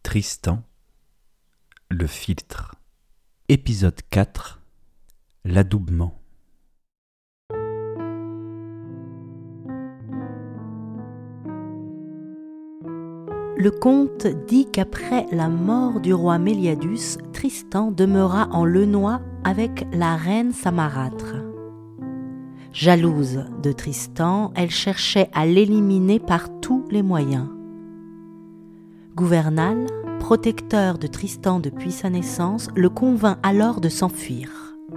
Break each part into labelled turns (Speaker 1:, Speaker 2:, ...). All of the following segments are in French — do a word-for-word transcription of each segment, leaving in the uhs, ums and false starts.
Speaker 1: Tristan, le filtre. Épisode quatre. L'adoubement.
Speaker 2: Le conte dit qu'après la mort du roi Méliadus, Tristan demeura en Lenoy avec la reine Samarâtre. Jalouse de Tristan, elle cherchait à l'éliminer par tous les moyens. Gouvernal, protecteur de Tristan depuis sa naissance, le convainc alors de s'enfuir.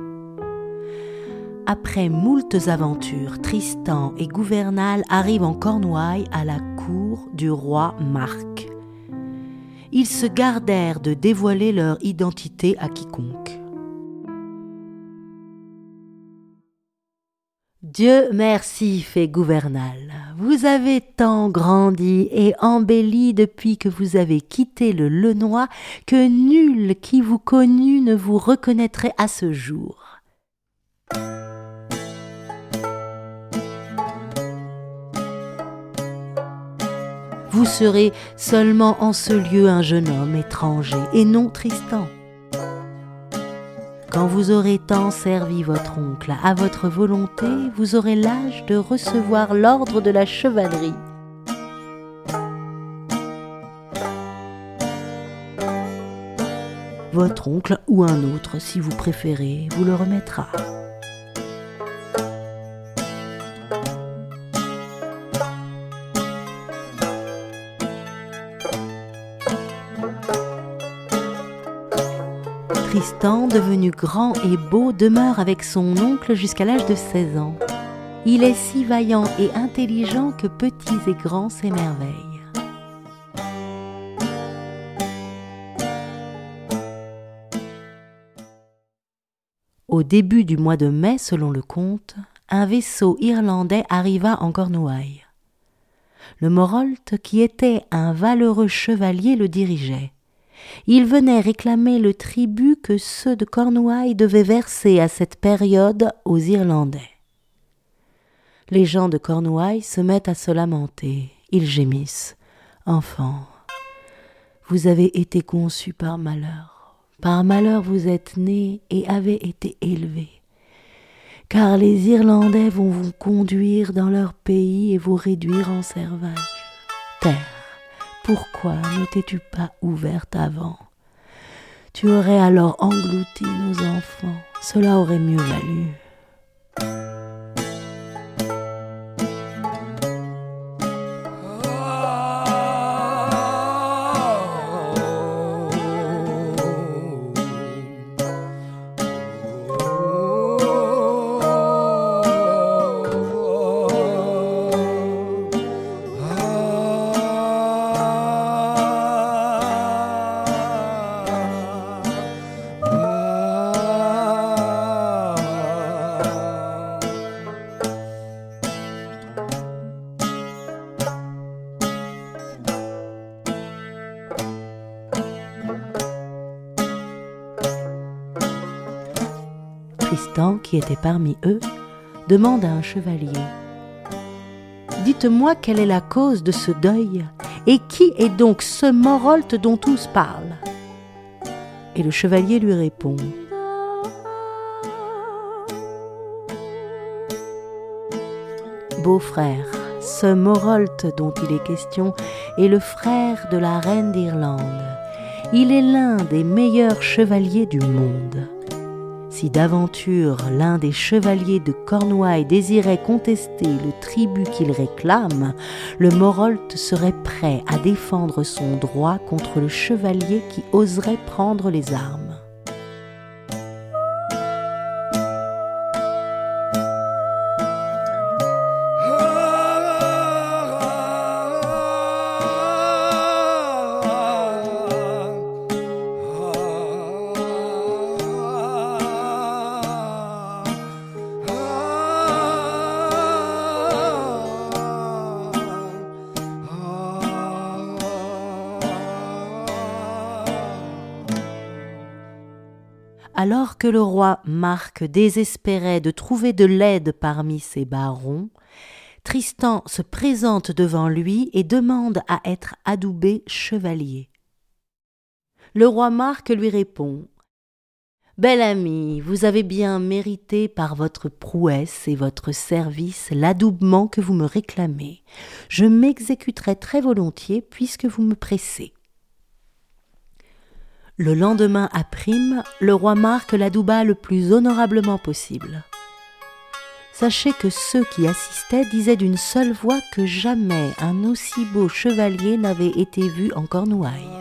Speaker 2: Après moultes aventures, Tristan et Gouvernal arrivent en Cornouailles à la cour du roi Marc. Ils se gardèrent de dévoiler leur identité à quiconque. Dieu merci, fait Gouvernal. Vous avez tant grandi et embelli depuis que vous avez quitté le Lenoy que nul qui vous connut ne vous reconnaîtrait à ce jour. Vous serez seulement en ce lieu un jeune homme étranger et non Tristan. Quand vous aurez tant servi votre oncle à votre volonté, vous aurez l'âge de recevoir l'ordre de la chevalerie. Votre oncle ou un autre, si vous préférez, vous le remettra. Tristan, devenu grand et beau, demeure avec son oncle jusqu'à l'âge de seize ans. Il est si vaillant et intelligent que petits et grands s'émerveillent. Au début du mois de mai, selon le conte, un vaisseau irlandais arriva en Cornouailles. Le Morolt, qui était un valeureux chevalier, le dirigeait. Il venait réclamer le tribut que ceux de Cornouailles devaient verser à cette période aux Irlandais. Les gens de Cornouailles se mettent à se lamenter. Ils gémissent. « Enfants, vous avez été conçus par malheur. Par malheur vous êtes nés et avez été élevés. Car les Irlandais vont vous conduire dans leur pays et vous réduire en servages. Terre, pourquoi ne t'es-tu pas ouverte avant? Tu aurais alors englouti nos enfants, cela aurait mieux valu. » Tristan, qui était parmi eux, demande à un chevalier « Dites-moi quelle est la cause de ce deuil, et qui est donc ce Morolt dont tous parlent ?» Et le chevalier lui répond « Beau-frère, ce Morolt dont il est question est le frère de la reine d'Irlande. Il est l'un des meilleurs chevaliers du monde. » Si d'aventure l'un des chevaliers de Cornouailles désirait contester le tribut qu'il réclame, le Morolt serait prêt à défendre son droit contre le chevalier qui oserait prendre les armes. Alors que le roi Marc désespérait de trouver de l'aide parmi ses barons, Tristan se présente devant lui et demande à être adoubé chevalier. Le roi Marc lui répond « Bel ami, vous avez bien mérité par votre prouesse et votre service l'adoubement que vous me réclamez. Je m'exécuterai très volontiers puisque vous me pressez. » Le lendemain à prime, le roi Marc l'adouba le plus honorablement possible. Sachez que ceux qui assistaient disaient d'une seule voix que jamais un aussi beau chevalier n'avait été vu en Cornouailles.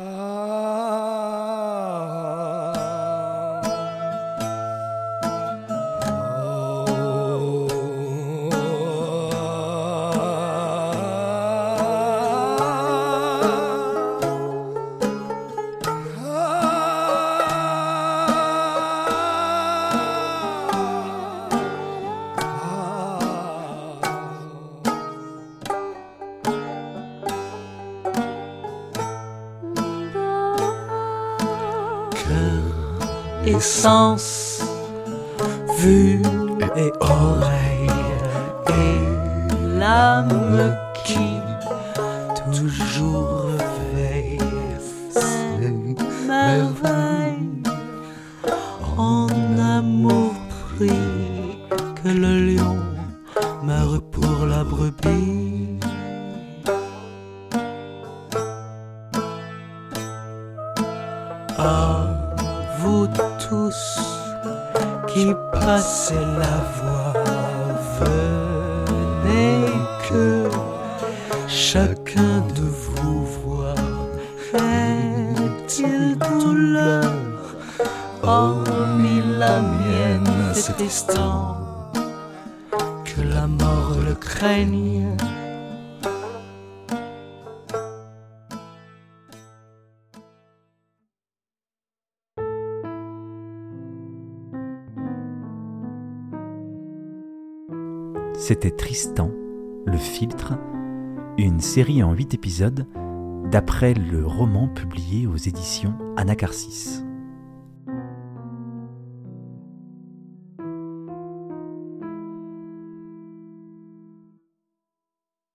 Speaker 3: Et sens, vue et oreille, et l'âme qui toujours veille, c'est merveille. En amour prie que le lion meure pour la brebis. Ah, vous tous qui passez la voie, venez que chacun de vous voit. Est-il douleur, hormis la mienne, cet instant, que la mort le craigne?
Speaker 1: C'était Tristan, le Filtre, une série en huit épisodes d'après le roman publié aux éditions Anacarsis.